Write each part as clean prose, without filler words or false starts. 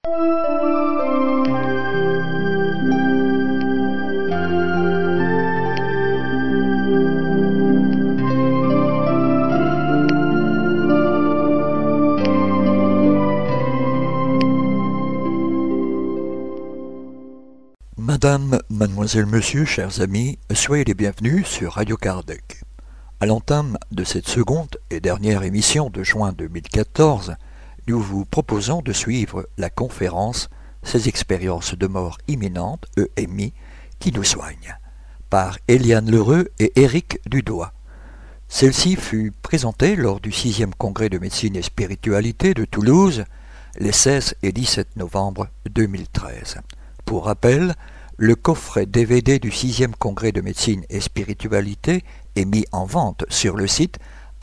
Madame, mademoiselle, monsieur, chers amis, soyez les bienvenus sur Radio Kardec. À l'entame de cette seconde et dernière émission de juin 2014, nous vous proposons de suivre la conférence « Ces expériences de mort imminente, EMI, qui nous soignent » par Éliane Lheureux et Éric Dudoit. Celle-ci fut présentée lors du 6e congrès de médecine et spiritualité de Toulouse les 16 et 17 novembre 2013. Pour rappel, le coffret DVD du 6e congrès de médecine et spiritualité est mis en vente sur le site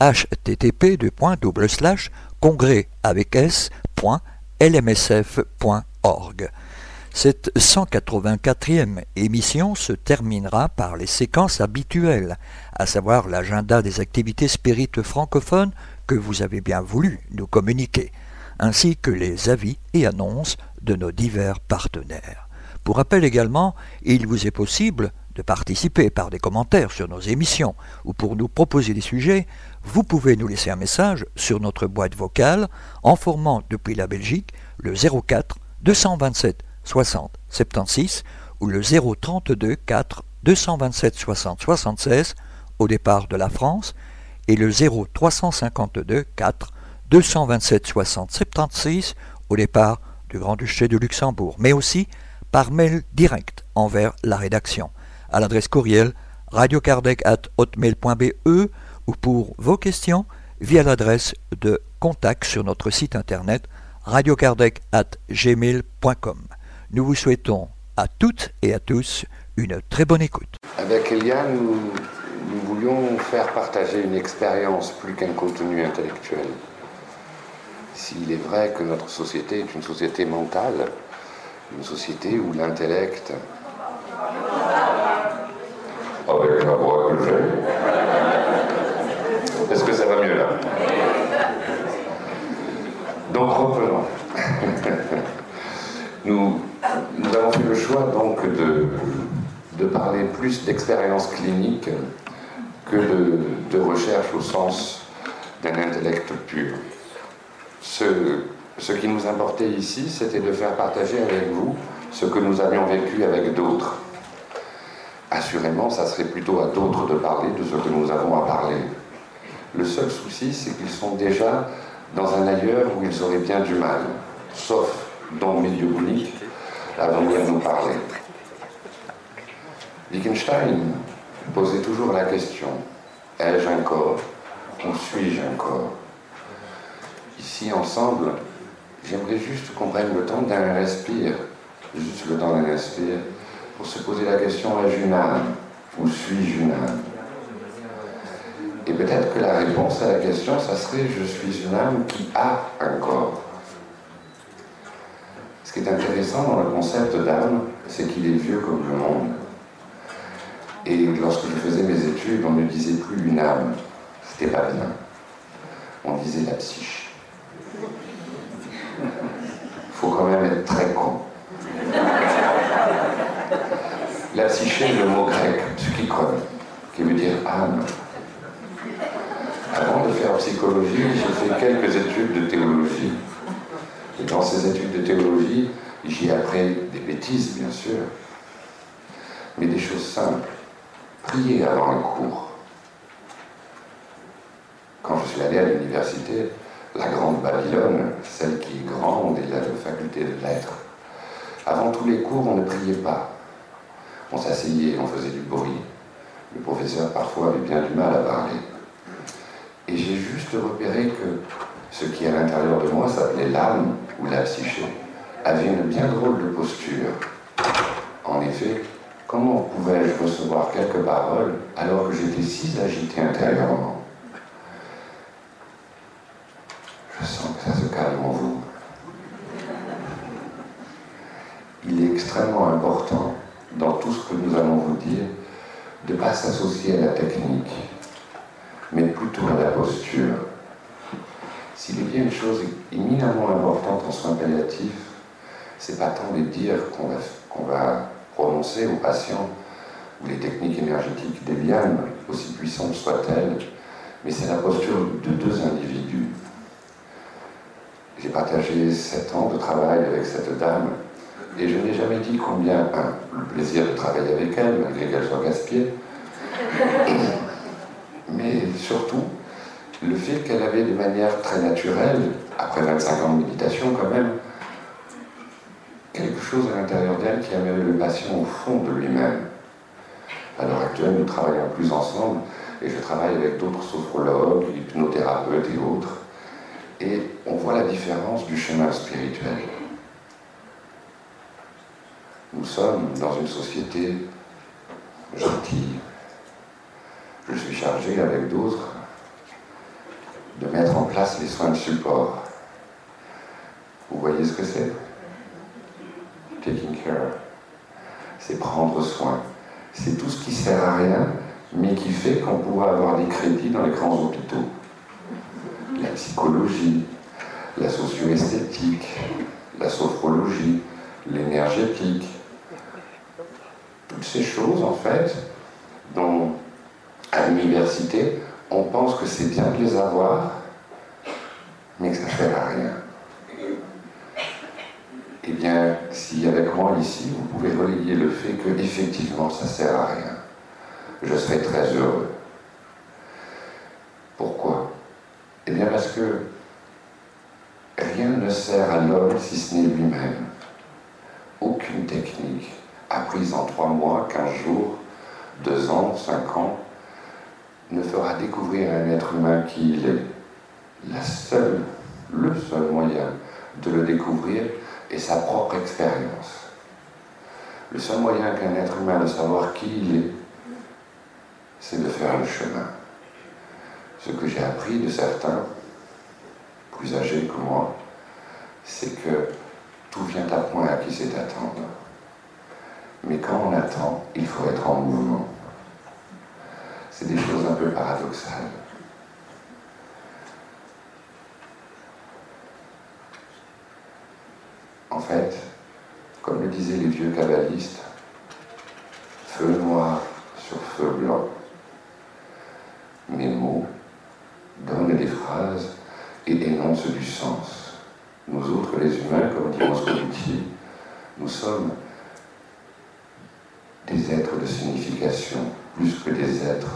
http://congrès.lmsf.org. Cette 184e émission se terminera par les séquences habituelles, à savoir l'agenda des activités spirites francophones que vous avez bien voulu nous communiquer, ainsi que les avis et annonces de nos divers partenaires. Pour rappel également, il vous est possible de participer par des commentaires sur nos émissions ou pour nous proposer des sujets, vous pouvez nous laisser un message sur notre boîte vocale en formant depuis la Belgique le 04 227 60 76 ou le 032 4 227 60 76 au départ de la France et le 0352 4 227 60 76 au départ du Grand-Duché de Luxembourg, mais aussi par mail direct envers la rédaction, à l'adresse courriel radiokardec@hotmail.be ou pour vos questions via l'adresse de contact sur notre site internet radiokardec@gmail.com. Nous vous souhaitons à toutes et à tous une très bonne écoute. Avec Eliane, nous voulions faire partager une expérience plus qu'un contenu intellectuel. S'il est vrai que notre société est une société mentale, une société où l'intellect... Avec la voix que j'ai. Est-ce que ça va mieux là? Donc reprenons. Nous avons fait le choix donc de parler plus d'expérience clinique que de recherche au sens d'un intellect pur. Ce qui nous importait ici, c'était de faire partager avec vous ce que nous avions vécu avec d'autres. Assurément, ça serait plutôt à d'autres de parler de ce que nous avons à parler. Le seul souci, c'est qu'ils sont déjà dans un ailleurs où ils auraient bien du mal, sauf dans le milieu public, à venir nous parler. Wittgenstein posait toujours la question, ai-je un corps ou suis-je un corps? Ici, ensemble, j'aimerais juste qu'on prenne le temps d'un respire, juste le temps d'un respire, pour se poser la question, ai-je une âme ou suis-je une âme? Et peut-être que la réponse à la question, ça serait, je suis une âme qui a un corps. Ce qui est intéressant dans le concept d'âme, c'est qu'il est vieux comme le monde. Et lorsque je faisais mes études, on ne disait plus une âme, c'était pas bien. On disait la psyché. Faut quand même être très con. La psyché est le mot grec, psychikon, qui veut dire âme. Avant de faire psychologie, j'ai fait quelques études de théologie. Et dans ces études de théologie, j'y ai appris des bêtises, bien sûr, mais des choses simples. Prier avant le cours. Quand je suis allé à l'université, la grande Babylone, celle qui est grande et la faculté de lettres, avant tous les cours, on ne priait pas. On s'asseyait, on faisait du bruit. Le professeur, parfois, avait bien du mal à parler. Et j'ai juste repéré que ce qui, à l'intérieur de moi, s'appelait l'âme ou la psyché, avait une bien drôle de posture. En effet, comment pouvais-je recevoir quelques paroles alors que j'étais si agité intérieurement? Je sens que ça se calme en vous. Il est extrêmement important, dans tout ce que nous allons vous dire, de ne pas s'associer à la technique, mais plutôt à la posture. S'il y a une chose éminemment importante en soins palliatifs, c'est pas tant les dires qu'on va prononcer aux patients, ou les techniques énergétiques des lianes, aussi puissantes soient-elles, mais c'est la posture de deux individus. J'ai partagé 7 ans de travail avec cette dame, et je n'ai jamais dit combien, le plaisir de travailler avec elle, malgré qu'elle soit gaspillée, mais surtout, le fait qu'elle avait de manière très naturelle, après 25 ans de méditation quand même, quelque chose à l'intérieur d'elle qui amenait le patient au fond de lui-même. À l'heure actuelle, nous travaillons plus ensemble, et je travaille avec d'autres sophrologues, hypnothérapeutes et autres, et on voit la différence du chemin spirituel. Nous sommes dans une société gentille. Je suis chargé avec d'autres de mettre en place les soins de support. Vous voyez ce que c'est? Taking care. C'est prendre soin. C'est tout ce qui sert à rien, mais qui fait qu'on pourra avoir des crédits dans les grands hôpitaux. La psychologie, la socio-esthétique, la sophrologie, l'énergétique. Toutes ces choses, en fait, dont à l'université, on pense que c'est bien de les avoir, mais que ça ne sert à rien. Eh bien, si avec moi ici, vous pouvez relayer le fait que effectivement ça ne sert à rien, je serai très heureux. Pourquoi? Eh bien parce que rien ne sert à l'homme si ce n'est lui-même. Aucune technique apprise en 3 mois, 15 jours, 2 ans, 5 ans, ne fera découvrir à un être humain qui il est. Le seul moyen de le découvrir est sa propre expérience. Le seul moyen qu'un être humain de savoir qui il est, c'est de faire le chemin. Ce que j'ai appris de certains, plus âgés que moi, c'est que tout vient à point à qui sait attendre. Mais quand on attend, il faut être en mouvement. C'est des choses un peu paradoxales. En fait, comme le disaient les vieux kabbalistes, feu noir sur feu blanc. Mes mots donnent des phrases et énoncent du sens. Nous autres, les humains, comme dit Moscovici, nous sommes des êtres de signification, plus que des êtres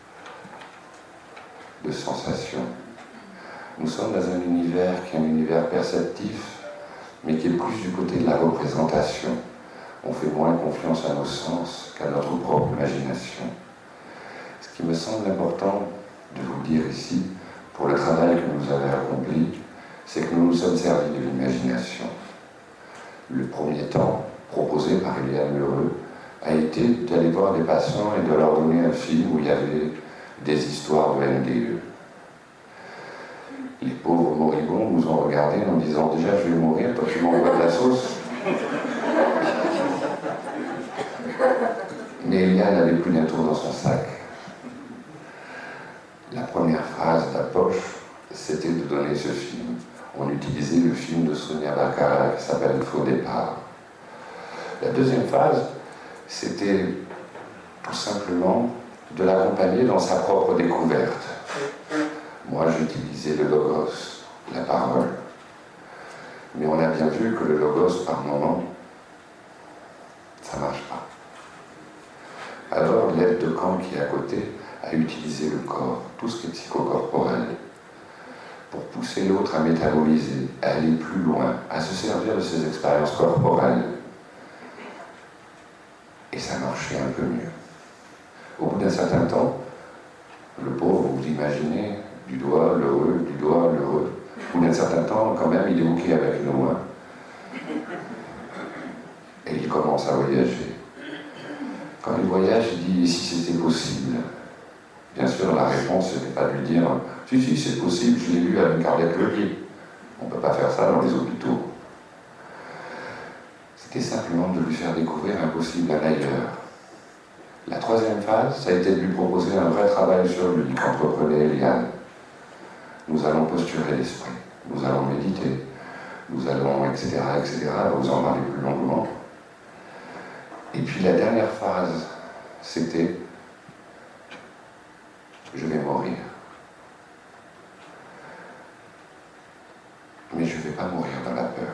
de sensation. Nous sommes dans un univers qui est un univers perceptif, mais qui est plus du côté de la représentation. On fait moins confiance à nos sens qu'à notre propre imagination. Ce qui me semble important de vous dire ici, pour le travail que vous avez accompli, c'est que nous nous sommes servis de l'imagination. Le premier temps, proposé par Eliane Lheureux, a été d'aller voir des patients et de leur donner un film où il y avait des histoires de NDE. Les pauvres moribonds nous ont regardés en disant « Déjà, je vais mourir, toi tu m'envoies de la sauce ». Mais Eliane n'avait plus d'un tour dans son sac. La première phrase de la poche, c'était de donner ce film. On utilisait le film de Sonia Baccarat qui s'appelle « Faux départ ». La deuxième phase, c'était tout simplement de l'accompagner dans sa propre découverte. Moi, j'utilisais le logos, la parole. Mais on a bien vu que le logos, par moment, ça ne marche pas. Alors, l'aide de camp qui est à côté a utilisé le corps, tout ce qui est psychocorporel, pour pousser l'autre à métaboliser, à aller plus loin, à se servir de ses expériences corporelles. Et ça marchait un peu mieux. Au bout d'un certain temps, le pauvre, vous imaginez, du doigt l'heureux, du doigt l'heureux. Au bout d'un certain temps, quand même, il est OK avec nous. Et il commence à voyager. Quand il voyage, il dit « si c'était possible ?» Bien sûr, la réponse, ce n'est pas de lui dire « si, c'est possible, je l'ai lu avec Kardec Levier. » On ne peut pas faire ça dans les hôpitaux. C'était simplement de lui faire découvrir un possible à l'ailleurs. La troisième phase, ça a été de lui proposer un vrai travail sur lui qu'entreprenait Eliane. Nous allons posturer l'esprit, nous allons méditer, nous allons, etc., etc., vous en parler plus longuement. Et puis la dernière phrase, c'était « Je vais mourir. Mais je ne vais pas mourir dans la peur.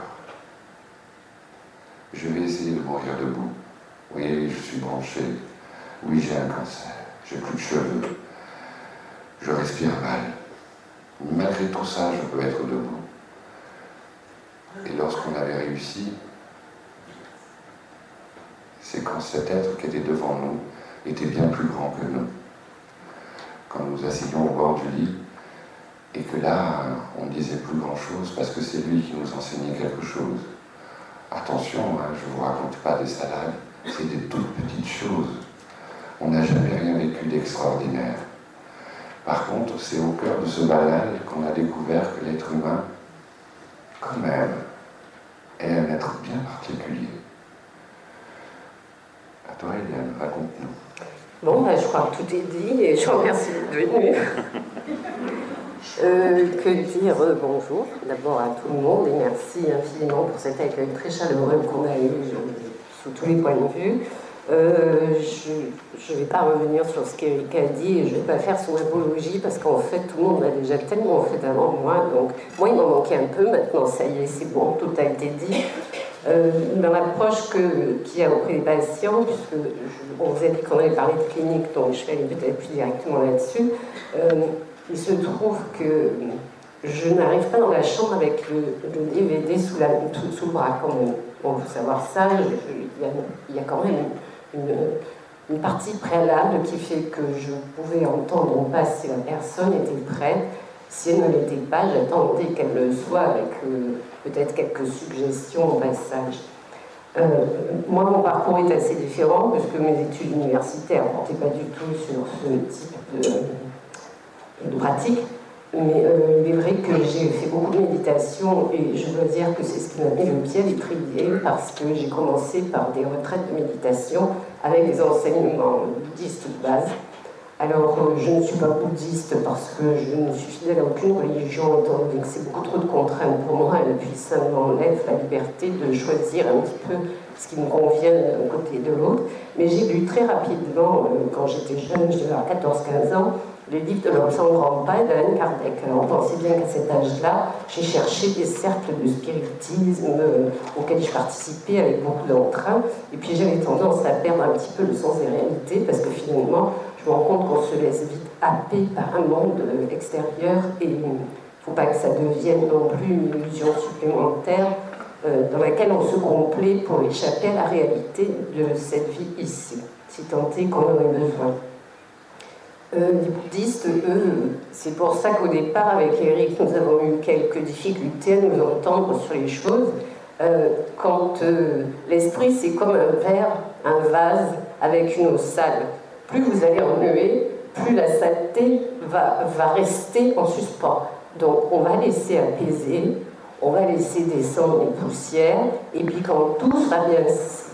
Je vais essayer de mourir debout. Oui, je suis branché. Oui, j'ai un cancer. J'ai plus de cheveux. Je respire mal. Malgré tout ça, je peux être debout. » Et lorsqu'on avait réussi, c'est quand cet être qui était devant nous était bien plus grand que nous. Quand nous assignions au bord du lit, et que là, on ne disait plus grand-chose parce que c'est lui qui nous enseignait quelque chose. Attention, hein, je ne vous raconte pas des salades, c'est des toutes petites choses. On n'a jamais rien vécu d'extraordinaire. Par contre, c'est au cœur de ce banal qu'on a découvert que l'être humain, quand même, est un être bien particulier. À toi, Eliane, raconte-nous. Bon, je crois que tout est dit et je vous remercie d'être venu. Que dire bonjour d'abord à tout le monde et merci infiniment pour cet accueil très chaleureux qu'on a eu sous tous les points de vue. Je ne vais pas revenir sur ce qu'Éric a dit et je ne vais pas faire son apologie parce qu'en fait tout le monde l'a déjà tellement fait avant moi, donc moi il m'en manquait un peu, maintenant ça y est, c'est bon, tout a été dit. Dans l'approche qu'il y a auprès des patients, puisque on vous a dit qu'on avait parlé de clinique, donc je vais aller peut-être plus directement là-dessus, il se trouve que je n'arrive pas dans la chambre avec le DVD sous le bras quand même. Bon, il faut savoir ça, il y a quand même une partie préalable qui fait que je pouvais entendre ou pas si la personne était prête. Si elle ne l'était pas, j'attendais qu'elle le soit avec peut-être quelques suggestions au passage. Moi, mon parcours est assez différent parce que mes études universitaires ne portaient pas du tout sur ce type de pratique. Mais il est vrai que j'ai fait beaucoup de méditation et je dois dire que c'est ce qui m'a mis le pied à l'étrier parce que j'ai commencé par des retraites de méditation avec des enseignements bouddhistes de base. Alors, je ne suis pas bouddhiste parce que je ne suis fidèle à aucune religion, étant donné que c'est beaucoup trop de contraintes pour moi et puis ça m'enlève la liberté de choisir un petit peu ce qui me convient d'un côté et de l'autre. Mais j'ai lu très rapidement, quand j'étais jeune, j'avais 14-15 ans, les livres de l'Ensemble Grand Pas d'Allan Kardec. Alors, on pensait bien qu'à cet âge-là, j'ai cherché des cercles de spiritisme auxquels je participais avec beaucoup d'entrain. Et puis, j'avais tendance à perdre un petit peu le sens des réalités parce que finalement, je me rends compte qu'on se laisse vite happer par un monde extérieur et il ne faut pas que ça devienne non plus une illusion supplémentaire dans laquelle on se complaît pour échapper à la réalité de cette vie ici, si tant est qu'on en ait besoin. Les bouddhistes, eux, c'est pour ça qu'au départ, avec Éric, nous avons eu quelques difficultés à nous entendre sur les choses. Quand l'esprit, c'est comme un verre, un vase avec une eau sale. Plus vous allez remuer, plus la saleté va rester en suspens. Donc, on va laisser apaiser, on va laisser descendre les poussières, et puis quand tout sera bien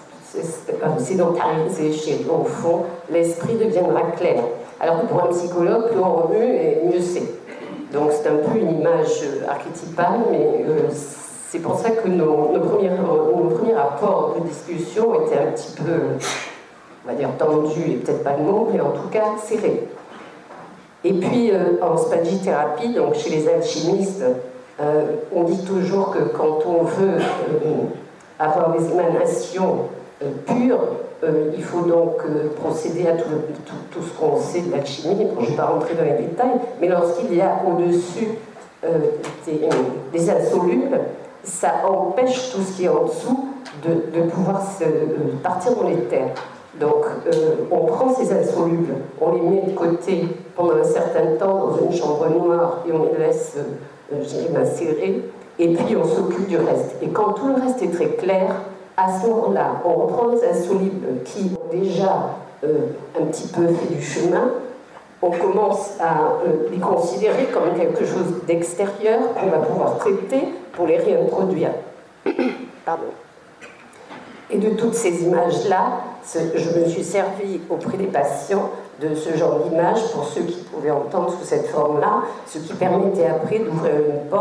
sédentarisé au fond, l'esprit deviendra clair. Alors que pour un psychologue, plus on remue, et mieux c'est. Donc c'est un peu une image archétypale, mais c'est pour ça que nos premiers rapports de discussion étaient un petit peu, on va dire, tendus, et peut-être pas le mot, mais en tout cas serrés. Et puis en spagithérapie, donc chez les alchimistes, on dit toujours que quand on veut avoir des émanations pures, il faut donc procéder à tout ce qu'on sait de l'alchimie. Bon, je ne vais pas rentrer dans les détails, mais lorsqu'il y a au-dessus des insolubles, ça empêche tout ce qui est en dessous de pouvoir partir dans les terres. Donc, on prend ces insolubles, on les met de côté pendant un certain temps dans une chambre noire et on les laisse macérer, et puis on s'occupe du reste. Et quand tout le reste est très clair, à ce moment-là, on reprend les insolubles qui ont déjà un petit peu fait du chemin, on commence à les considérer comme quelque chose d'extérieur qu'on va pouvoir traiter pour les réintroduire. Pardon. Et de toutes ces images-là, je me suis servi auprès des patients de ce genre d'image pour ceux qui pouvaient entendre sous cette forme-là, ce qui permettait après d'ouvrir une porte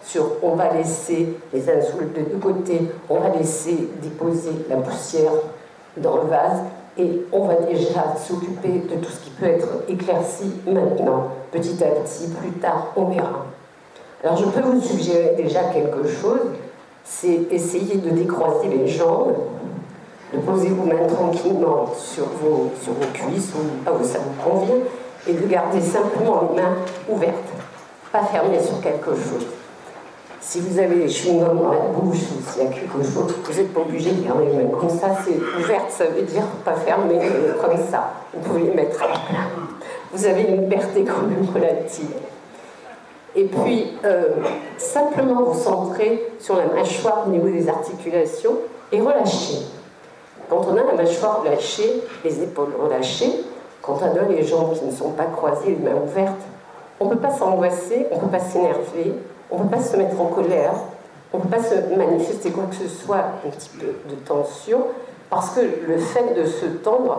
sur on va laisser les insultes de deux côtés, on va laisser déposer la poussière dans le vase et on va déjà s'occuper de tout ce qui peut être éclairci maintenant. Petit à petit, plus tard, on verra. Alors je peux vous suggérer déjà quelque chose, c'est essayer de décroiser les jambes, de poser vos mains tranquillement sur vos cuisses ou là où ça vous convient, et de garder simplement les mains ouvertes, pas fermées sur quelque chose. Si vous avez les chewing-gums dans la bouche ou s'il y a quelque chose, vous n'êtes pas obligé de garder les mains comme ça, c'est ouverte, ça veut dire pas fermées comme ça. Vous pouvez les mettre à plat. Vous avez une liberté quand même relative. Et puis, simplement vous centrer sur la mâchoire au niveau des articulations et relâcher. Quand on a la mâchoire relâchée, les épaules relâchées, quand on a les jambes qui ne sont pas croisées, les mains ouvertes, on ne peut pas s'angoisser, on ne peut pas s'énerver, on ne peut pas se mettre en colère, on ne peut pas se manifester quoi que ce soit, un petit peu de tension, parce que le fait de se tendre,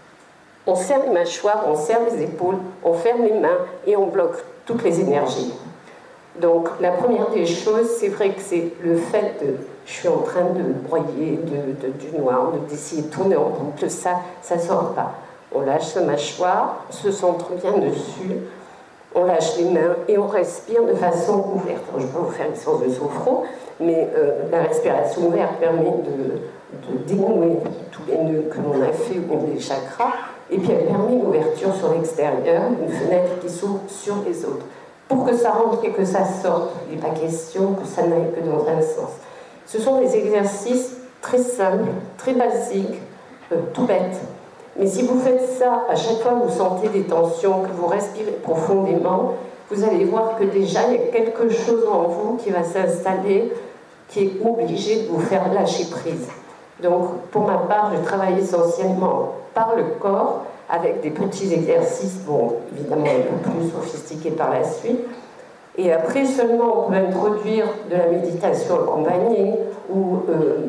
on serre les mâchoires, on serre les épaules, on ferme les mains et on bloque toutes les énergies. Donc la première des choses, c'est vrai que c'est le fait de je suis en train de broyer du noir, d'essayer de tourner en boucle, ça ne sort pas. On lâche la mâchoire, on se centre bien dessus, on lâche les mains et on respire de façon ouverte. Alors, je ne vais pas vous faire une séance de sophro, mais la respiration ouverte permet de dénouer tous les nœuds que l'on a fait au niveau des chakras, et puis elle permet une ouverture sur l'extérieur, une fenêtre qui s'ouvre sur les autres. Pour que ça rentre et que ça sorte, il n'est pas question que ça n'aille que dans un sens. Ce sont des exercices très simples, très basiques, tout bêtes. Mais si vous faites ça, à chaque fois que vous sentez des tensions, que vous respirez profondément, vous allez voir que déjà, il y a quelque chose en vous qui va s'installer, qui est obligé de vous faire lâcher prise. Donc, pour ma part, je travaille essentiellement par le corps, avec des petits exercices, bon, évidemment un peu plus sophistiqués par la suite. Et après, seulement, on peut introduire de la méditation accompagnée ou...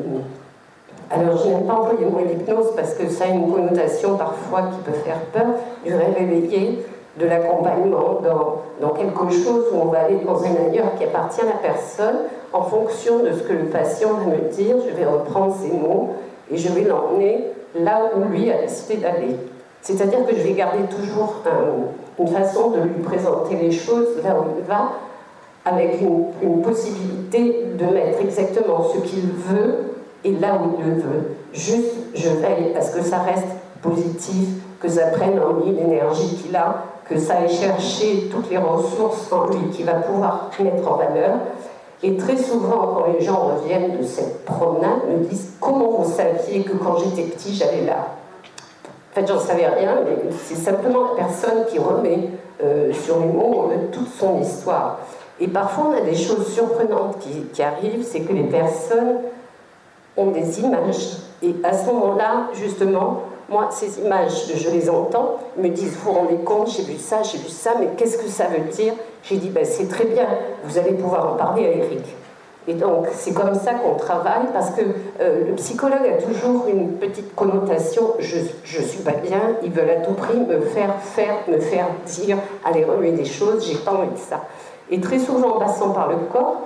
alors, je n'aime pas employer le mot l'hypnose parce que ça a une connotation parfois qui peut faire peur, du réveiller, de l'accompagnement dans quelque chose où on va aller dans un ailleurs qui appartient à la personne en fonction de ce que le patient va me dire. Je vais reprendre ses mots et je vais l'emmener là où lui a décidé d'aller. C'est-à-dire que je vais garder toujours une façon de lui présenter les choses là où il va, avec une possibilité de mettre exactement ce qu'il veut et là où il le veut. Juste, je veille à ce que ça reste positif, que ça prenne en lui l'énergie qu'il a, que ça aille chercher toutes les ressources en lui qu'il va pouvoir mettre en valeur. Et très souvent, quand les gens reviennent de cette promenade, me disent « Comment vous saviez que quand j'étais petit, j'allais là ?» En fait, j'en savais rien, mais c'est simplement la personne qui remet sur les mots toute son histoire. Et parfois, on a des choses surprenantes qui arrivent, c'est que les personnes ont des images. Et à ce moment-là, justement, moi, ces images, je les entends, me disent, vous vous rendez compte, j'ai vu ça, mais qu'est-ce que ça veut dire? J'ai dit, ben, c'est très bien, vous allez pouvoir en parler à Eric. Et donc, c'est comme ça qu'on travaille, parce que le psychologue a toujours une petite connotation, je suis pas bien, ils veulent à tout prix me faire dire, aller remuer des choses, j'ai pas envie de ça. Et très souvent, en passant par le corps,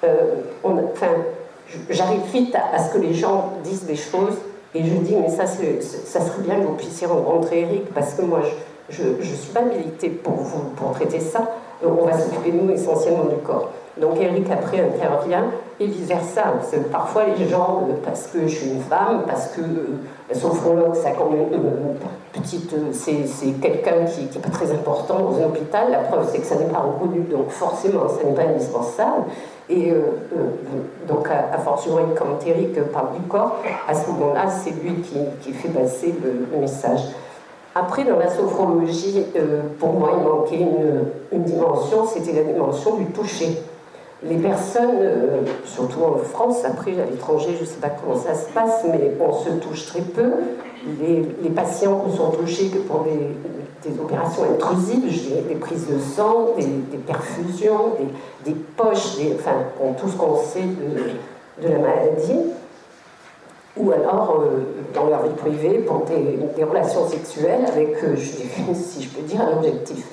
j'arrive vite à ce que les gens disent des choses, et je dis, mais ça serait bien que vous puissiez rencontrer Eric, parce que moi, je ne suis pas habilitée pour traiter ça, on va s'occuper de nous essentiellement du corps. Donc Eric après intervient, et vice-versa. Parfois les gens, parce que je suis une femme, parce que sophrologue, ça quand même c'est quelqu'un qui n'est pas très important dans un hôpital, la preuve c'est que ça n'est pas reconnu, donc forcément ça n'est pas indispensable. Et donc à fortiori quand Eric parle du corps, à ce moment-là c'est lui qui fait passer le message. Après, dans la sophrologie, pour moi, il manquait une dimension, c'était la dimension du toucher. Les personnes, surtout en France, après à l'étranger, je ne sais pas comment ça se passe, mais on se touche très peu. Les patients ne sont touchés que pour des opérations intrusives, je dirais, des prises de sang, des perfusions, des poches, tout ce qu'on sait de la maladie. Ou alors dans leur vie privée pour des relations sexuelles avec, si je peux dire, un objectif.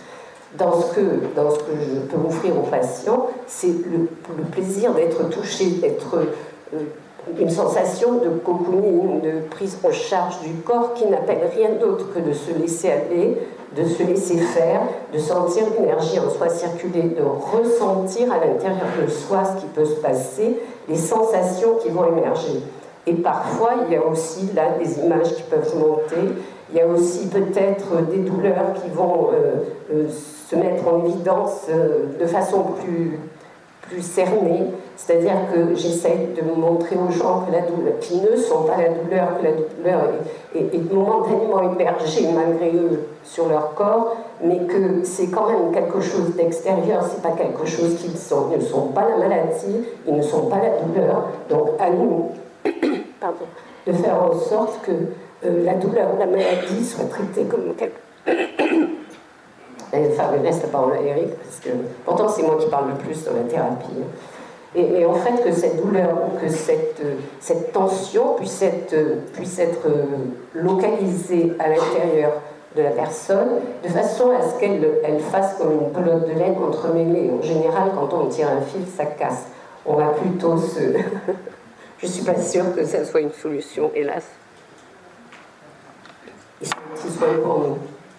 dans ce que je peux offrir aux patients, c'est le plaisir d'être touché, d'être une sensation de cocooning, de prise en charge du corps qui n'appelle rien d'autre que de se laisser aller, de se laisser faire, de sentir l'énergie en soi circuler, de ressentir à l'intérieur de soi ce qui peut se passer, les sensations qui vont émerger. Et parfois, il y a aussi là des images qui peuvent monter, il y a aussi peut-être des douleurs qui vont se mettre en évidence de façon plus cernée, c'est-à-dire que j'essaie de montrer aux gens que la douleur, qui ne sont pas la douleur, que la douleur est momentanément émergée malgré eux sur leur corps, mais que c'est quand même quelque chose d'extérieur, c'est pas quelque chose qu'ils sont. Ils ne sont pas la maladie, ils ne sont pas la douleur, donc à nous pardon, de faire en sorte que la douleur ou la maladie soit traitée comme quelque Enfin, je laisse la parole à Eric, parce que pourtant c'est moi qui parle le plus dans la thérapie. Et en fait, que cette douleur, que cette tension puisse être localisée à l'intérieur de la personne, de façon à ce qu'elle fasse comme une pelote de laine entremêlée. En général, quand on tire un fil, ça casse. On va plutôt se... Je ne suis pas sûre que ça soit une solution, hélas. Et ce soit pour nous.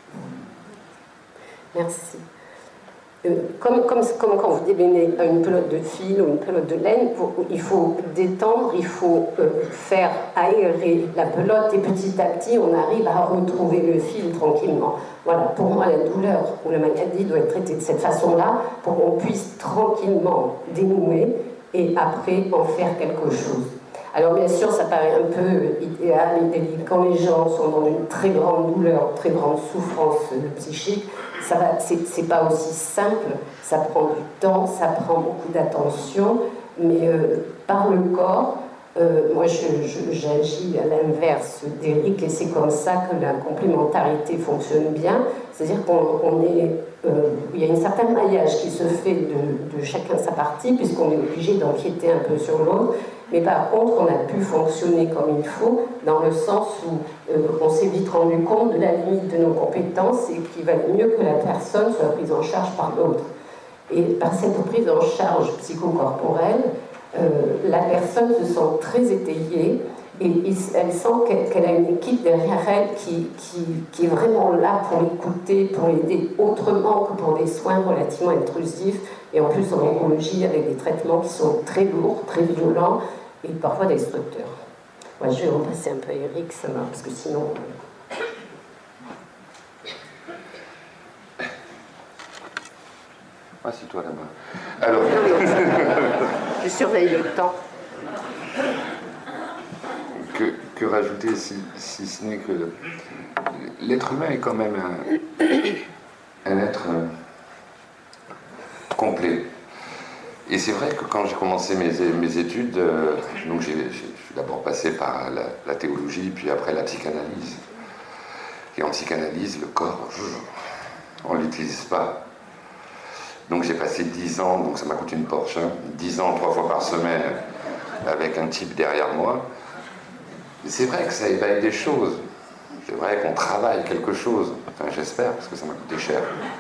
Merci. Comme quand vous dégainez une pelote de fil ou une pelote de laine, il faut détendre, il faut faire aérer la pelote et petit à petit on arrive à retrouver le fil tranquillement. Voilà, pour moi la douleur ou la maladie doit être traitée de cette façon-là pour qu'on puisse tranquillement dénouer et après en faire quelque chose. Alors bien sûr, ça paraît un peu idéal, quand les gens sont dans une très grande douleur, très grande souffrance psychique, c'est pas aussi simple, ça prend du temps, ça prend beaucoup d'attention, mais par le corps, moi j'agis à l'inverse d'Eric et c'est comme ça que la complémentarité fonctionne bien, c'est-à-dire il y a une certaine maillage qui se fait de chacun sa partie, puisqu'on est obligé d'empiéter un peu sur l'autre. Mais par contre, on a pu fonctionner comme il faut, dans le sens où on s'est vite rendu compte de la limite de nos compétences et qu'il valait mieux que la personne soit prise en charge par l'autre. Et par cette prise en charge psychocorporelle, la personne se sent très étayée et elle sent qu'elle a une équipe derrière elle qui est vraiment là pour l'écouter, pour l'aider autrement que pour des soins relativement intrusifs et en plus en oncologie avec des traitements qui sont très lourds, très violents et parfois destructeurs. Moi, je vais repasser un peu à Eric, ça va, parce que sinon... Assieds-toi là-bas. Alors... je surveille le temps. Que rajouter si ce n'est que l'être humain est quand même un être complet. Et c'est vrai que quand j'ai commencé mes études, donc je suis d'abord passé par la théologie, puis après la psychanalyse. Et en psychanalyse, le corps, on ne l'utilise pas. Donc j'ai passé 10 ans, donc ça m'a coûté une Porsche, 10 ans 3 fois par semaine avec un type derrière moi. C'est vrai que ça éveille des choses. C'est vrai qu'on travaille quelque chose. Enfin, j'espère, parce que ça m'a coûté cher.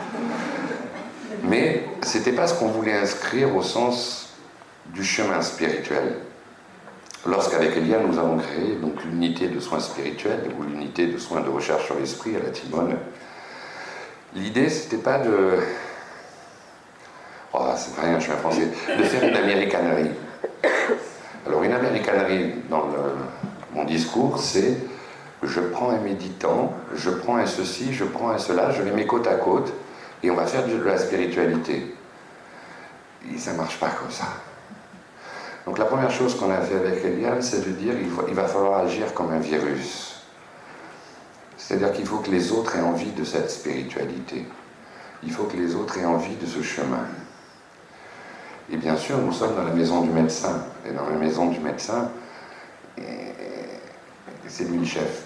Mais c'était pas ce qu'on voulait inscrire au sens du chemin spirituel. Lorsqu'avec Eliane, nous avons créé donc l'unité de soins spirituels ou l'unité de soins de recherche sur l'esprit à la Timone, l'idée, c'était pas de... Oh, c'est rien, je suis un français. De faire une américanerie. Alors, une américanerie dans mon discours, c'est je prends un méditant, je prends un ceci, je prends un cela, je les mets côte à côte et on va faire de la spiritualité. Et ça ne marche pas comme ça. Donc la première chose qu'on a fait avec Eliane, c'est de dire il va falloir agir comme un virus. C'est-à-dire qu'il faut que les autres aient envie de cette spiritualité. Il faut que les autres aient envie de ce chemin. Et bien sûr, nous sommes dans la maison du médecin. Et dans la maison du médecin, c'est lui le chef.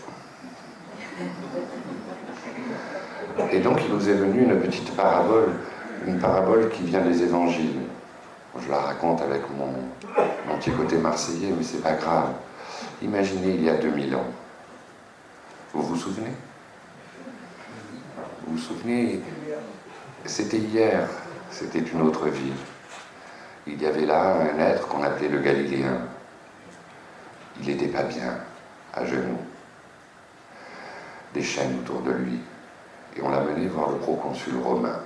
Et donc il nous est venu une petite parabole, une parabole qui vient des évangiles. Je la raconte avec mon petit côté marseillais, mais c'est pas grave. Imaginez il y a 2000 ans. Vous vous souvenez? Vous vous souvenez C'était hier, c'était une autre vie. Il y avait là un être qu'on appelait le Galiléen. Il n'était pas bien, à genoux. Des chaînes autour de lui. Et on l'a mené voir le proconsul romain.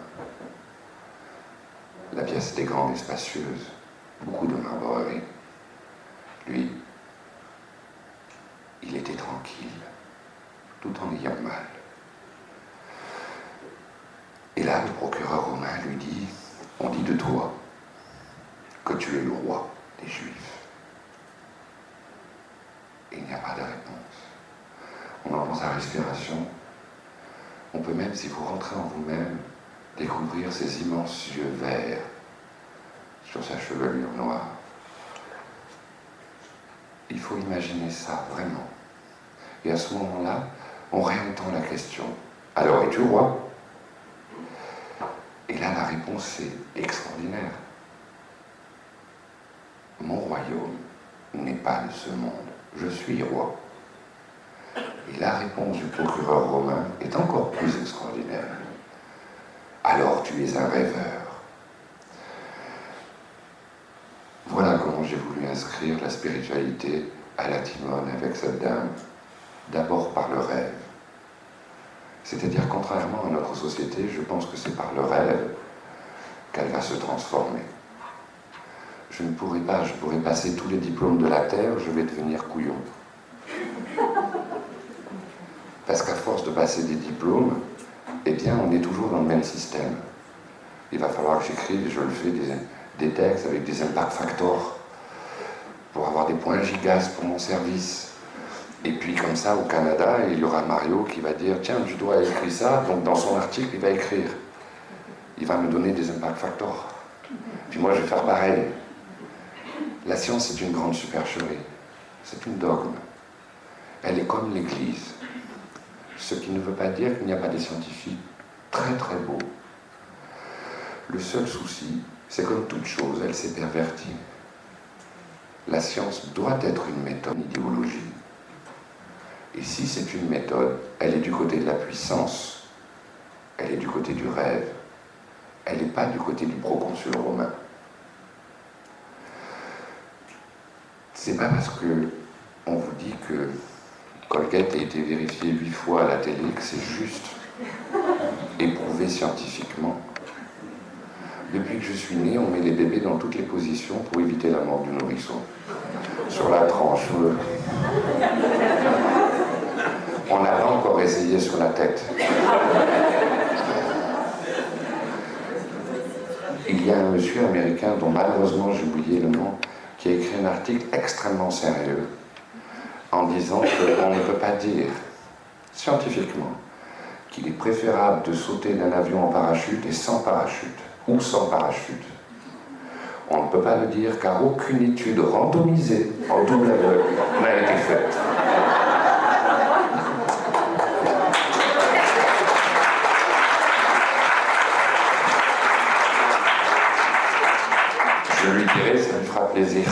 La pièce était grande et spacieuse, beaucoup de marbrerie. Lui, il était tranquille, tout en ayant mal. Et là, le procureur romain lui dit, on dit de toi que tu es le roi des Juifs. Et il n'y a pas de réponse. On entend sa respiration. On peut même, si vous rentrez en vous-même, découvrir ses immenses yeux verts sur sa chevelure noire. Il faut imaginer ça, vraiment. Et à ce moment-là, on réentend la question. Alors, es-tu roi? Et là, la réponse est extraordinaire. Mon royaume n'est pas de ce monde. Je suis roi. Et la réponse du procureur romain est encore plus extraordinaire. Alors tu es un rêveur. Voilà comment j'ai voulu inscrire la spiritualité à la Timone avec cette dame. D'abord par le rêve. C'est-à-dire, contrairement à notre société, je pense que c'est par le rêve qu'elle va se transformer. Je pourrais passer tous les diplômes de la Terre, je vais devenir couillon. Parce qu'à force de passer des diplômes, eh bien, on est toujours dans le même système. Il va falloir que j'écrive, et je le fais, des textes avec des impact factors pour avoir des points gigas pour mon service. Et puis, comme ça, au Canada, il y aura Mario qui va dire « Tiens, tu dois écrire ça », donc dans son article, il va écrire. Il va me donner des impact factors. Puis moi, je vais faire pareil. La science, c'est une grande supercherie. C'est une dogme. Elle est comme l'Église. Ce qui ne veut pas dire qu'il n'y a pas des scientifiques très très beaux. Le seul souci, c'est comme toute chose, elle s'est pervertie. La science doit être une méthode, une idéologie. Et si c'est une méthode, elle est du côté de la puissance, elle est du côté du rêve, elle n'est pas du côté du proconsul romain. C'est pas parce que on vous dit que Colgate a été vérifié 8 fois à la télé que c'est juste, éprouvé scientifiquement. Depuis que je suis né, on met les bébés dans toutes les positions pour éviter la mort du nourrisson. Sur la tranche. On n'a pas encore essayé sur la tête. Il y a un monsieur américain dont malheureusement j'ai oublié le nom, qui a écrit un article extrêmement sérieux en disant qu'on ne peut pas dire scientifiquement qu'il est préférable de sauter d'un avion en parachute et sans parachute, ou sans parachute. On ne peut pas le dire car aucune étude randomisée en double aveugle n'a été faite. Je lui dirai, ça lui fera plaisir.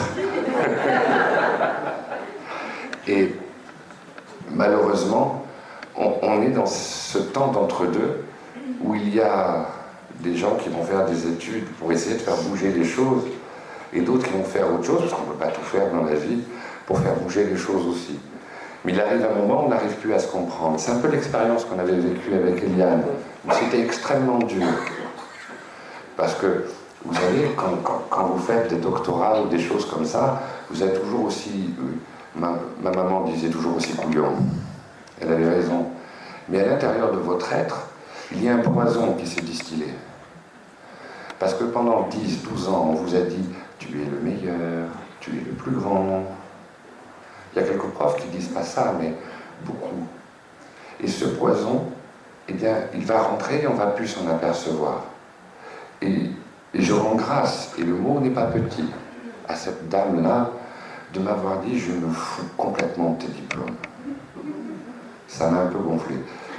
Et malheureusement, on est dans ce temps d'entre-deux où il y a des gens qui vont faire des études pour essayer de faire bouger les choses et d'autres qui vont faire autre chose, parce qu'on ne peut pas tout faire dans la vie, pour faire bouger les choses aussi. Mais il arrive un moment où on n'arrive plus à se comprendre. C'est un peu l'expérience qu'on avait vécue avec Eliane, où c'était extrêmement dur. Parce que, vous savez, quand vous faites des doctorats ou des choses comme ça, vous êtes toujours aussi... Ma maman disait toujours aussi couillon. Elle avait raison. Mais à l'intérieur de votre être, il y a un poison qui s'est distillé. Parce que pendant 10, 12 ans, on vous a dit « tu es le meilleur, tu es le plus grand ». Il y a quelques profs qui disent pas ça, mais beaucoup. Et ce poison, eh bien, il va rentrer et on ne va plus s'en apercevoir. Et je rends grâce, et le mot n'est pas petit, à cette dame-là, de m'avoir dit « je me fous complètement de tes diplômes ». Ça m'a un peu gonflé.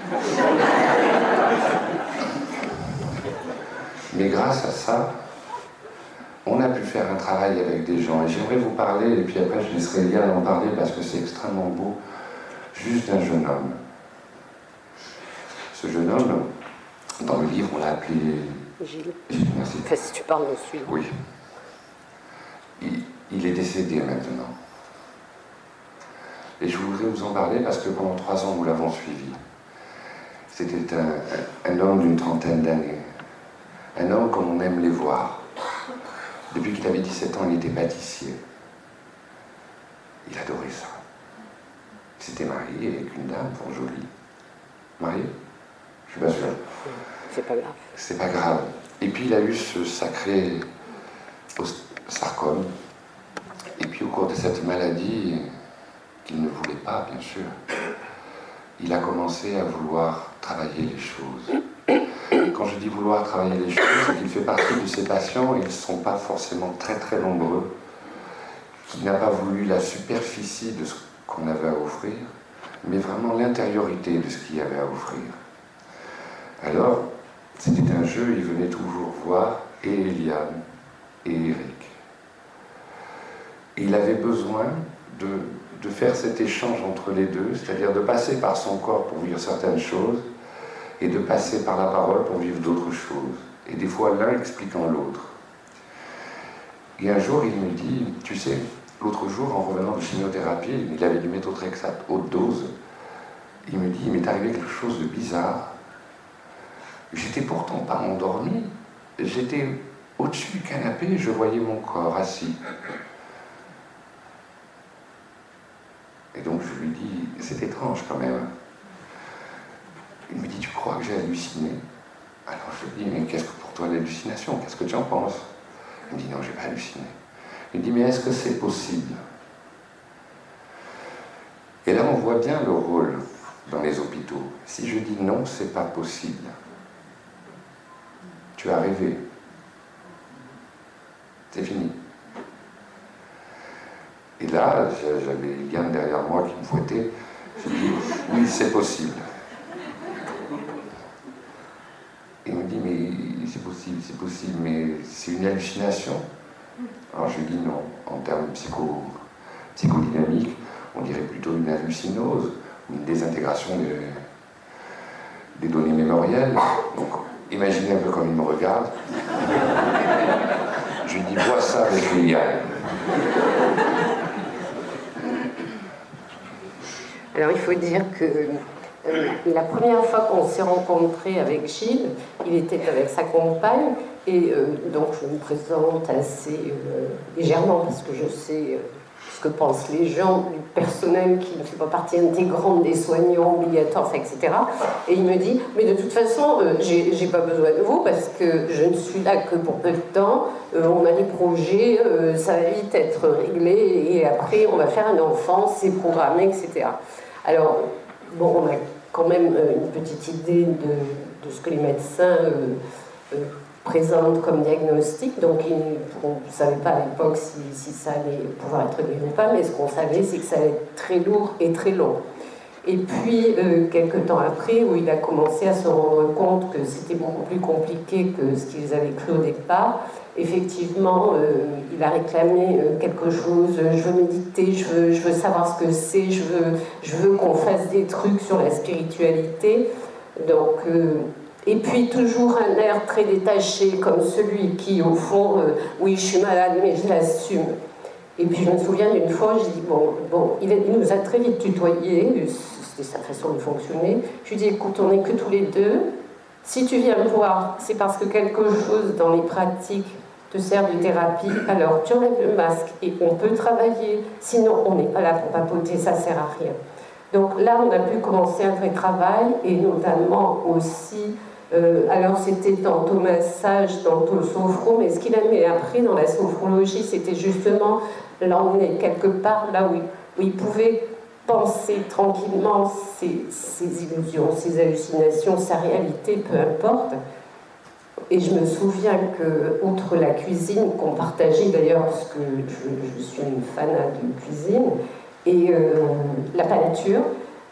Mais grâce à ça, on a pu faire un travail avec des gens. Et j'aimerais vous parler, et puis après je laisserai Eliane en parler parce que c'est extrêmement beau, juste d'un jeune homme. Ce jeune homme, Dans le livre, on l'a appelé... Gilles. Merci. Enfin, si tu parles dessus. Oui. Il est décédé maintenant. Et je voudrais vous en parler parce que pendant 3 ans, nous l'avons suivi. C'était un homme d'une trentaine d'années. Un homme comme on aime les voir. Depuis qu'il avait 17 ans, il était pâtissier. Il adorait ça. Il s'était marié avec une dame pour jolie. Marié? Je suis pas sûr. C'est pas grave. C'est pas grave. Et puis il a eu ce sacré sarcome. Et puis au cours de cette maladie, qu'il ne voulait pas, bien sûr, il a commencé à vouloir travailler les choses. Quand je dis vouloir travailler les choses, c'est qu'il fait partie de ces patients, et ils ne sont pas forcément très très nombreux, qui n'a pas voulu la superficie de ce qu'on avait à offrir, mais vraiment l'intériorité de ce qu'il y avait à offrir. Alors, c'était un jeu, il venait toujours voir et Eliane et Eric. Et il avait besoin de faire cet échange entre les deux, c'est-à-dire de passer par son corps pour vivre certaines choses et de passer par la parole pour vivre d'autres choses. Et des fois, l'un expliquant l'autre. Et un jour, il me dit, tu sais, l'autre jour, en revenant de chimiothérapie, il avait du méthotrexate haute dose, il me dit, il m'est arrivé quelque chose de bizarre. J'étais pourtant pas endormi, j'étais au-dessus du canapé et je voyais mon corps assis. Et donc je lui dis, c'est étrange quand même. Il me dit, tu crois que j'ai halluciné? Alors je lui dis, mais qu'est-ce que pour toi l'hallucination? Qu'est-ce que tu en penses? Il me dit, non, j'ai pas halluciné. Il me dit, mais est-ce que c'est possible? Et là, on voit bien le rôle dans les hôpitaux. Si je dis non, c'est pas possible. Tu as rêvé. C'est fini. Et là, j'avais Yann derrière moi qui me fouettait. Je dis, oui, c'est possible. Il me dit, mais c'est possible, mais c'est une hallucination. Alors je lui dis non, en termes psychodynamiques, on dirait plutôt une hallucinose, une désintégration des données mémorielles. Donc, imaginez un peu comme il me regarde. Je lui dis, vois ça avec Liliane. Alors il faut dire que la première fois qu'on s'est rencontré avec Gilles, il était avec sa compagne, et donc je me présente assez légèrement parce que je sais ce que pensent les gens, du personnel qui ne fait pas partie intégrante des soignants obligatoires, etc. Et il me dit, mais de toute façon, j'ai pas besoin de vous parce que je ne suis là que pour peu de temps, on a des projets, ça va vite être réglé, et après on va faire un enfant, c'est programmé, etc. Alors, bon, on a quand même une petite idée de ce que les médecins présentent comme diagnostic, donc on ne savait pas à l'époque si ça allait pouvoir être guéri ou pas, mais ce qu'on savait, c'est que ça allait être très lourd et très long. Et puis, quelques temps après, où il a commencé à se rendre compte que c'était beaucoup plus compliqué que ce qu'ils avaient cru au départ, effectivement, il a réclamé quelque chose. Je veux méditer, je veux savoir ce que c'est, je veux qu'on fasse des trucs sur la spiritualité. Donc, et puis toujours un air très détaché, comme celui qui, au fond, oui, je suis malade, mais je l'assume. Et puis je me souviens d'une fois, j'ai dit, bon, il nous a très vite tutoyés, c'était sa façon de fonctionner. Je lui ai dit, écoute, on n'est que tous les deux. Si tu viens me voir, c'est parce que quelque chose dans les pratiques te sert de thérapie, alors tu enlèves le masque et on peut travailler. Sinon, on n'est pas là pour papoter, ça sert à rien. Donc là, on a pu commencer un vrai travail, et notamment aussi, alors c'était tantôt massage, tantôt sophro, mais ce qu'il a mis après dans la sophrologie, c'était justement l'emmener quelque part là où il pouvait penser tranquillement ses illusions, ses hallucinations, sa réalité, peu importe. Et je me souviens que, outre la cuisine qu'on partageait d'ailleurs, parce que je suis une fanat de cuisine, et la peinture,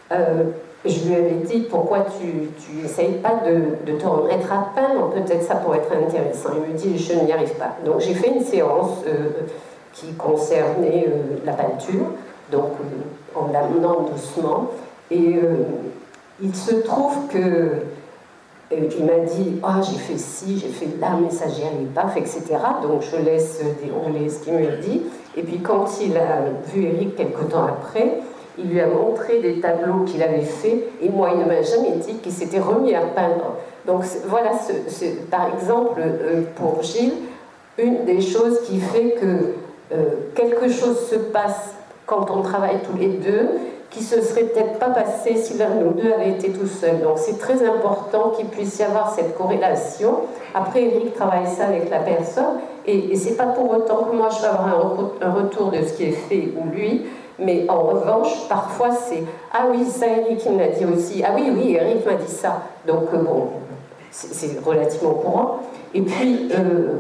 je lui avais dit, pourquoi tu n'essayes pas de te remettre à peindre, peut-être ça pourrait être intéressant. Il me dit, je n'y arrive pas. Donc j'ai fait une séance qui concernait la peinture, donc en l'amenant doucement, et il se trouve que il m'a dit « Ah, j'ai fait ci, j'ai fait là, mais ça, j'y arrive pas, etc. » Donc, je laisse dérouler ce qu'il me dit. Et puis, quand il a vu Éric quelque temps après, il lui a montré des tableaux qu'il avait faits. Et moi, il ne m'a jamais dit qu'il s'était remis à peindre. Donc, voilà, par exemple, pour Gilles, une des choses qui fait que quelque chose se passe quand on travaille tous les deux, qui se serait peut-être pas passé si l'un de nous deux avait été tout seul. Donc c'est très important qu'il puisse y avoir cette corrélation. Après, Éric travaille ça avec la personne, et c'est pas pour autant que moi je vais avoir un retour de ce qui est fait ou lui, mais en revanche, parfois c'est « Ah oui, ça Éric il m'a dit aussi, ah oui, oui, Éric m'a dit ça ». Donc bon, c'est relativement courant. Et puis,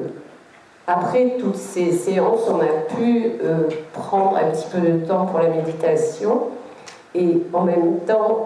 après toutes ces séances, on a pu prendre un petit peu de temps pour la méditation. Et en même temps,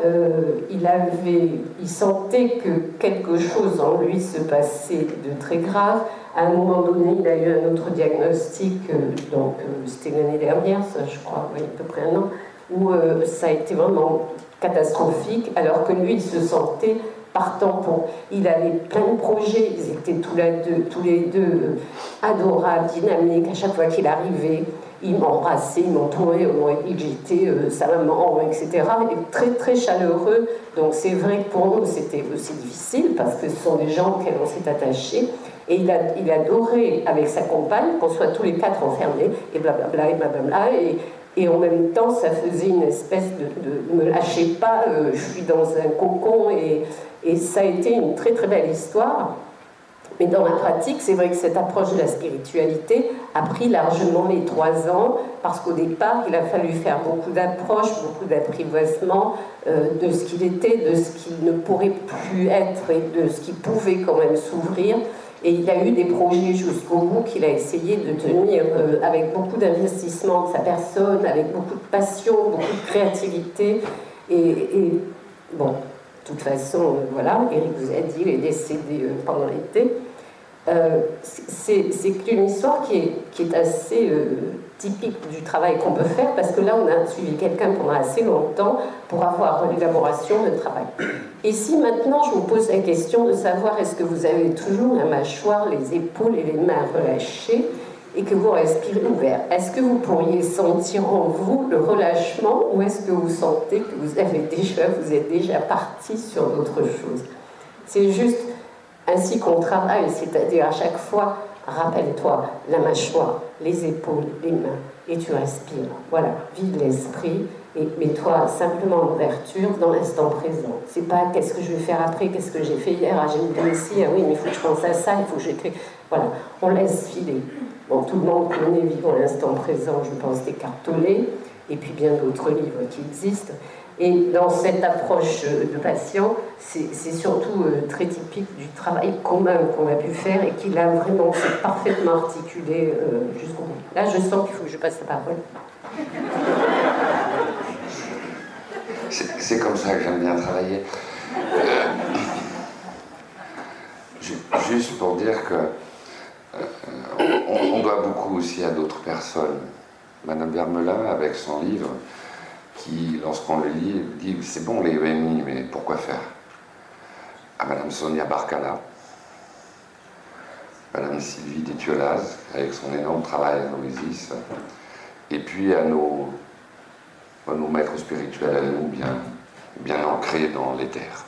il sentait que quelque chose en lui se passait de très grave. À un moment donné, il a eu un autre diagnostic, c'était l'année dernière, ça je crois, oui, à peu près un an, où ça a été vraiment catastrophique, alors que lui, il se sentait partant pour... Il avait plein de projets, ils étaient tous les deux adorables, dynamiques, à chaque fois qu'il arrivait. Il m'embrassait, il m'entourait, on aurait dit que j'étais sa maman, etc. Et très, très chaleureux. Donc c'est vrai que pour nous, c'était aussi difficile, parce que ce sont des gens auxquels on s'est attaché. Et il adorait, avec sa compagne, qu'on soit tous les quatre enfermés, et blablabla, et blablabla. Et en même temps, ça faisait une espèce de me lâchez pas, je suis dans un cocon. Et ça a été une très, très belle histoire. Mais dans la pratique, c'est vrai que cette approche de la spiritualité a pris largement les 3 ans, parce qu'au départ, il a fallu faire beaucoup d'approches, beaucoup d'apprivoisement de ce qu'il était, de ce qu'il ne pourrait plus être et de ce qui pouvait quand même s'ouvrir. Et il a eu des projets jusqu'au bout qu'il a essayé de tenir avec beaucoup d'investissement de sa personne, avec beaucoup de passion, beaucoup de créativité. Et bon, de toute façon, voilà, Éric vous a dit, il est décédé pendant l'été. C'est une histoire qui est assez typique du travail qu'on peut faire, parce que là, on a suivi quelqu'un pendant assez longtemps pour avoir l'élaboration de travail. Et si maintenant, je vous pose la question de savoir, est-ce que vous avez toujours la mâchoire, les épaules et les mains relâchées, et que vous respirez ouvert, est-ce que vous pourriez sentir en vous le relâchement, ou est-ce que vous sentez que vous êtes déjà parti sur d'autres choses? C'est juste ainsi qu'on travaille, c'est-à-dire à chaque fois, rappelle-toi la mâchoire, les épaules, les mains, et tu respires. Voilà, vide l'esprit et mets-toi simplement en ouverture dans l'instant présent. C'est pas qu'est-ce que je vais faire après, qu'est-ce que j'ai fait hier, ah j'ai oublié ici, ah oui, mais il faut que je pense à ça, il faut que j'écris. Voilà, on laisse filer. Bon, tout le monde connaît Vivons l'instant présent, je pense, d'Eckhart Tolle, et puis bien d'autres livres qui existent. Et dans cette approche de patient, c'est surtout très typique du travail commun qu'on a pu faire et qu'il a vraiment parfaitement articulé jusqu'au bout. Là, je sens qu'il faut que je passe la parole. C'est comme ça que j'aime bien travailler. Juste pour dire que on doit beaucoup aussi à d'autres personnes. Madame Vermelin, avec son livre, qui, lorsqu'on le lit, dit « c'est bon les EMI, mais pourquoi faire ?» À Madame Sonia Barcala, Madame Sylvie Détiolaz, avec son énorme travail à Noésis, et puis à nos maîtres spirituels à nous, bien ancrés dans l'éther.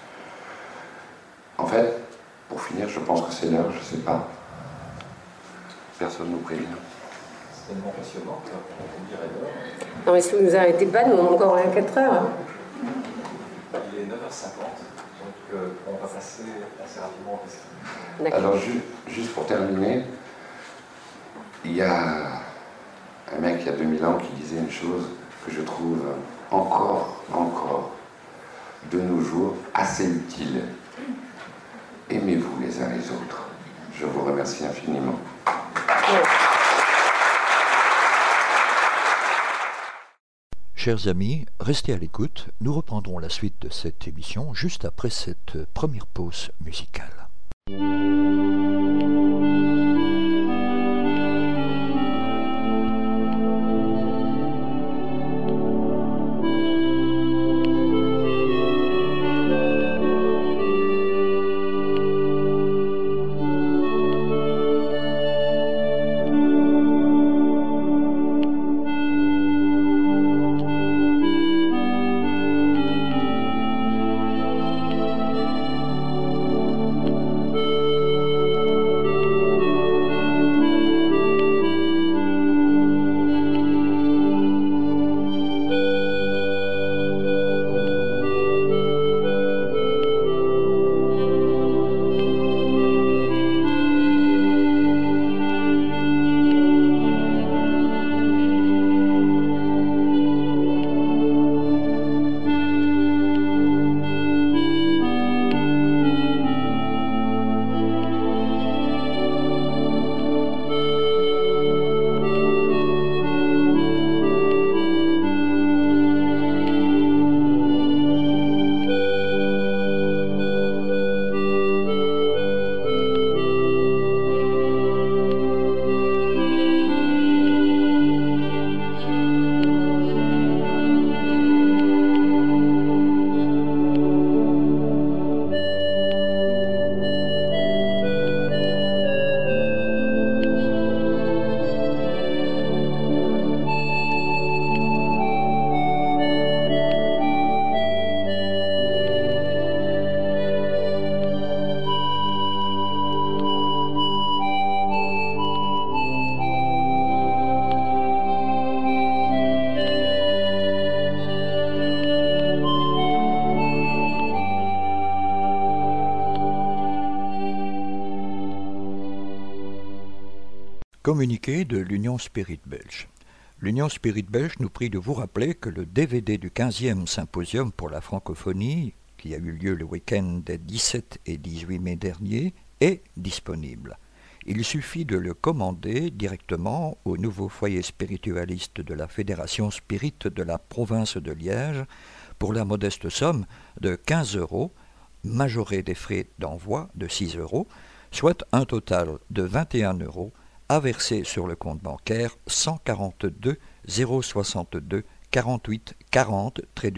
En fait, pour finir, je pense que c'est l'heure, je ne sais pas. Personne ne nous prévient. C'est tellement passionnant qu'on dirait l'heure. Non, mais si vous ne nous arrêtez pas, nous on a encore 4 heures. Hein. Il est 9h50, donc on va passer assez rapidement aux questions. Alors, juste pour terminer, il y a un mec il y a 2000 ans qui disait une chose que je trouve encore, de nos jours, assez utile. Aimez-vous les uns les autres. Je vous remercie infiniment. Chers amis, restez à l'écoute. Nous reprendrons la suite de cette émission juste après cette première pause musicale. Communiqué de l'Union Spirit Belge. L'Union Spirit Belge nous prie de vous rappeler que le DVD du 15e symposium pour la francophonie, qui a eu lieu le week-end des 17 et 18 mai dernier, est disponible. Il suffit de le commander directement au nouveau foyer spiritualiste de la Fédération Spirit de la province de Liège pour la modeste somme de 15 €, majoré des frais d'envoi de 6 €, soit un total de 21 € à verser sur le compte bancaire 142 062 48 40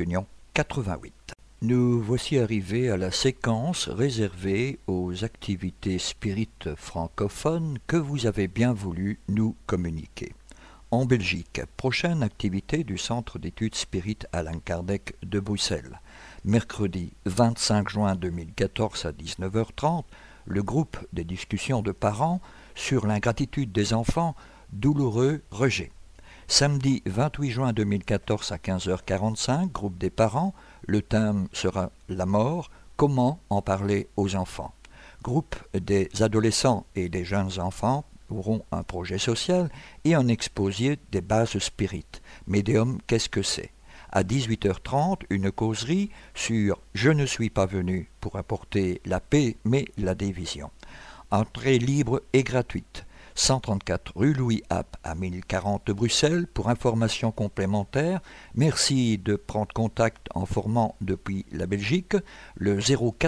/88. Nous voici arrivés à la séquence réservée aux activités spirites francophones que vous avez bien voulu nous communiquer. En Belgique, prochaine activité du Centre d'études spirites Allan Kardec de Bruxelles. Mercredi 25 juin 2014 à 19h30, le groupe des discussions de parents sur l'ingratitude des enfants, douloureux rejet. Samedi 28 juin 2014 à 15h45, groupe des parents, le thème sera la mort, comment en parler aux enfants. Groupe des adolescents et des jeunes enfants auront un projet social et un exposé des bases spirites. Médium, qu'est-ce que c'est? À 18h30, une causerie sur « Je ne suis pas venu pour apporter la paix mais la division ». Entrée libre et gratuite. 134 rue Louis App à 1040 Bruxelles. Pour informations complémentaires, merci de prendre contact en formant depuis la Belgique le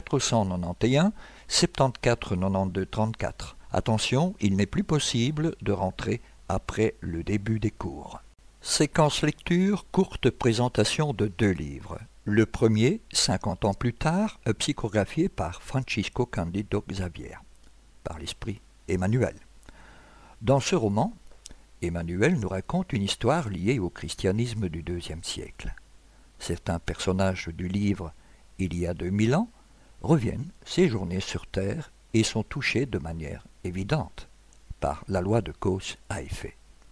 0491 74 92 34. Attention, il n'est plus possible de rentrer après le début des cours. Séquence lecture, courte présentation de 2 livres. Le premier, 50 ans plus tard, psychographié par Francisco Cândido Xavier, par l'esprit Emmanuel. Dans ce roman, Emmanuel nous raconte une histoire liée au christianisme du IIe siècle. Certains personnages du livre « Il y a 2000 ans » reviennent séjourner sur Terre et sont touchés de manière évidente par la loi de cause à effet.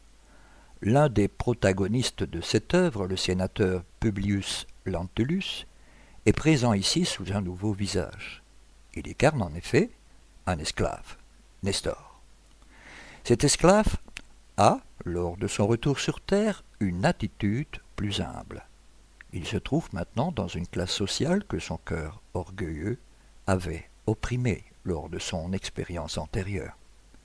L'un des protagonistes de cette œuvre, le sénateur Publius Lentulus, est présent ici sous un nouveau visage. Il incarne en effet un esclave, Nestor. Cet esclave a, lors de son retour sur Terre, une attitude plus humble. Il se trouve maintenant dans une classe sociale que son cœur orgueilleux avait opprimée lors de son expérience antérieure.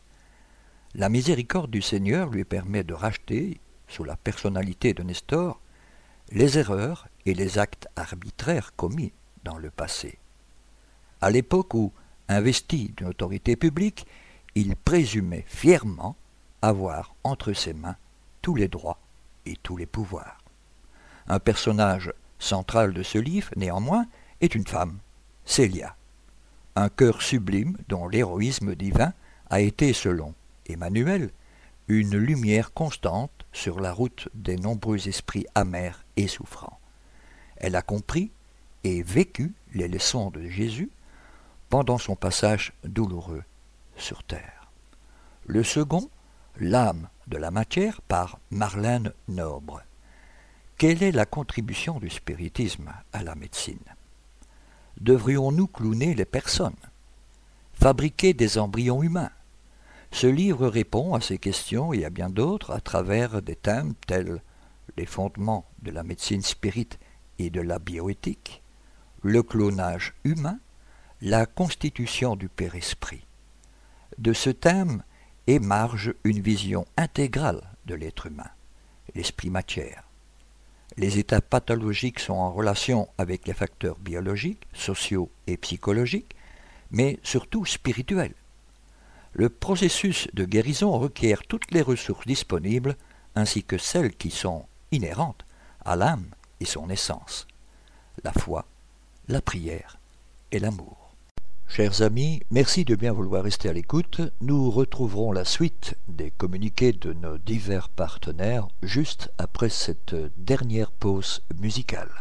La miséricorde du Seigneur lui permet de racheter, sous la personnalité de Nestor, les erreurs et les actes arbitraires commis dans le passé. À l'époque où, investi d'une autorité publique, il présumait fièrement avoir entre ses mains tous les droits et tous les pouvoirs. Un personnage central de ce livre, néanmoins, est une femme, Célia, un cœur sublime dont l'héroïsme divin a été, selon Emmanuel, une lumière constante sur la route des nombreux esprits amers et souffrants. Elle a compris et vécu les leçons de Jésus pendant son passage douloureux sur terre. Le second, L'âme de la matière, par Marlène Nobre. Quelle est la contribution du spiritisme à la médecine? Devrions-nous clowner les personnes? Fabriquer des embryons humains? Ce livre répond à ces questions et à bien d'autres à travers des thèmes tels les fondements de la médecine spirite et de la bioéthique, le clonage humain, la constitution du Père-Esprit. De ce thème émarge une vision intégrale de l'être humain, l'esprit-matière. Les états pathologiques sont en relation avec les facteurs biologiques, sociaux et psychologiques, mais surtout spirituels. Le processus de guérison requiert toutes les ressources disponibles, ainsi que celles qui sont inhérentes à l'âme et son essence, la foi, la prière et l'amour. Chers amis, merci de bien vouloir rester à l'écoute. Nous retrouverons la suite des communiqués de nos divers partenaires juste après cette dernière pause musicale.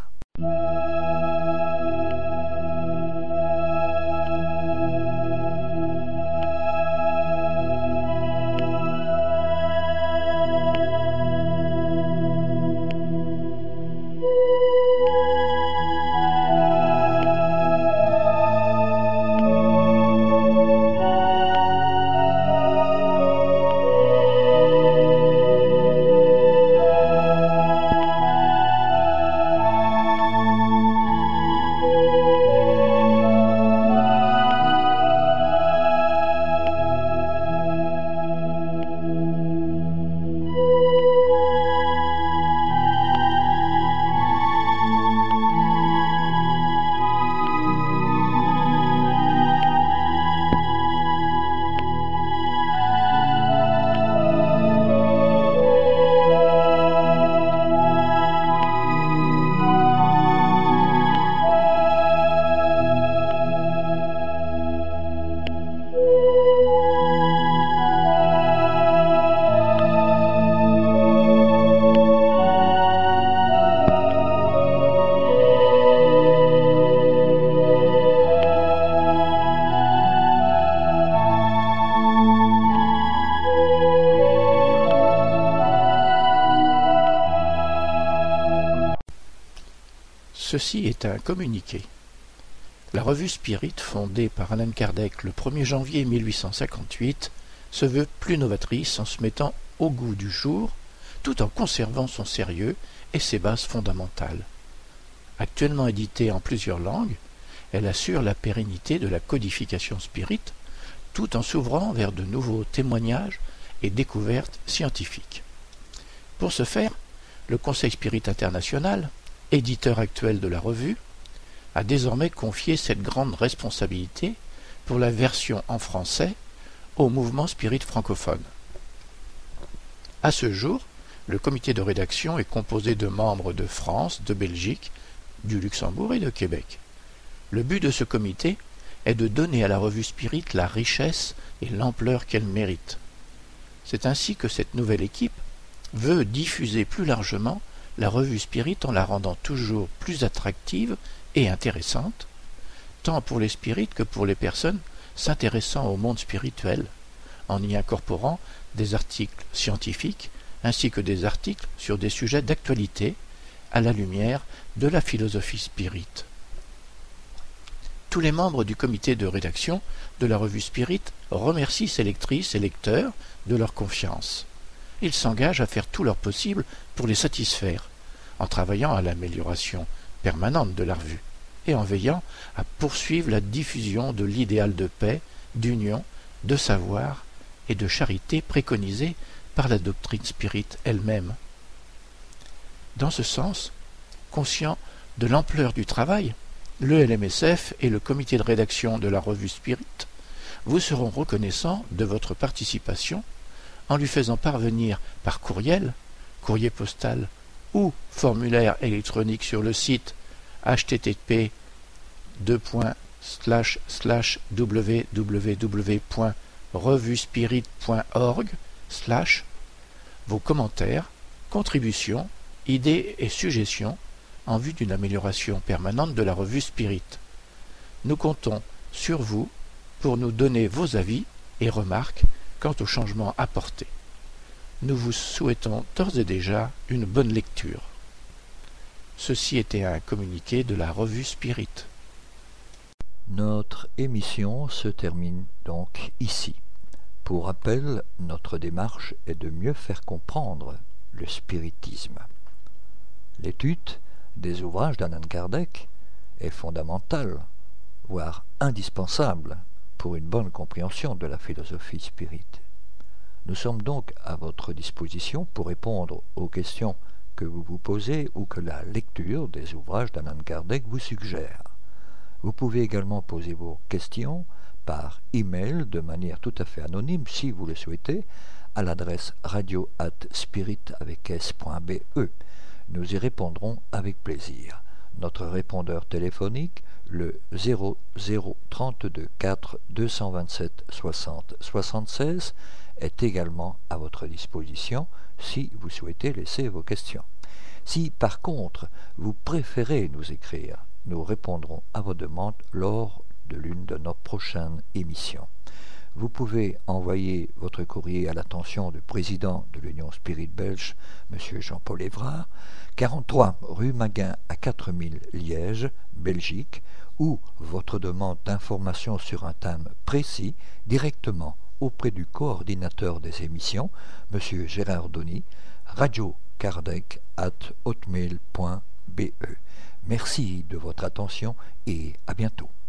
Ceci est un communiqué. La revue Spirit, fondée par Allan Kardec le 1er janvier 1858, se veut plus novatrice en se mettant au goût du jour, tout en conservant son sérieux et ses bases fondamentales. Actuellement éditée en plusieurs langues, elle assure la pérennité de la codification spirit, tout en s'ouvrant vers de nouveaux témoignages et découvertes scientifiques. Pour ce faire, le Conseil Spirit International, éditeur actuel de la revue, a désormais confié cette grande responsabilité pour la version en français au mouvement spirit francophone. À ce jour, le comité de rédaction est composé de membres de France, de Belgique, du Luxembourg et de Québec. Le but de ce comité est de donner à la revue Spirit la richesse et l'ampleur qu'elle mérite. C'est ainsi que cette nouvelle équipe veut diffuser plus largement la revue Spirit en la rendant toujours plus attractive et intéressante, tant pour les spirites que pour les personnes s'intéressant au monde spirituel, en y incorporant des articles scientifiques ainsi que des articles sur des sujets d'actualité à la lumière de la philosophie spirit. Tous les membres du comité de rédaction de la revue Spirit remercient ses lectrices et lecteurs de leur confiance. Ils s'engagent à faire tout leur possible pour les satisfaire, en travaillant à l'amélioration permanente de la revue et en veillant à poursuivre la diffusion de l'idéal de paix, d'union, de savoir et de charité préconisé par la doctrine spirit elle-même. Dans ce sens, conscient de l'ampleur du travail, le LMSF et le comité de rédaction de la revue Spirit vous seront reconnaissants de votre participation en lui faisant parvenir par courriel, courrier postal ou formulaire électronique sur le site http://www.revuespirit.org/ vos commentaires, contributions, idées et suggestions en vue d'une amélioration permanente de la revue Spirit. Nous comptons sur vous pour nous donner vos avis et remarques quant aux changements apportés. Nous vous souhaitons d'ores et déjà une bonne lecture. Ceci était un communiqué de la revue Spirit. Notre émission se termine donc ici. Pour rappel, notre démarche est de mieux faire comprendre le spiritisme. L'étude des ouvrages d'Allan Kardec est fondamentale, voire indispensable pour une bonne compréhension de la philosophie spirit. Nous sommes donc à votre disposition pour répondre aux questions que vous vous posez ou que la lecture des ouvrages d'Allan Kardec vous suggère. Vous pouvez également poser vos questions par email de manière tout à fait anonyme si vous le souhaitez à l'adresse radio@spirit.be. Nous y répondrons avec plaisir. Notre répondeur téléphonique, le 0032 4 227 60 76, est également à votre disposition si vous souhaitez laisser vos questions. Si par contre vous préférez nous écrire, nous répondrons à vos demandes lors de l'une de nos prochaines émissions. Vous pouvez envoyer votre courrier à l'attention du président de l'Union Spirit Belge, M. Jean-Paul Évrard, 43 rue Maguin à 4000 Liège, Belgique, ou votre demande d'information sur un thème précis directement auprès du coordinateur des émissions, M. Gérard Donny, radiokardec@hotmail.be. Merci de votre attention et à bientôt.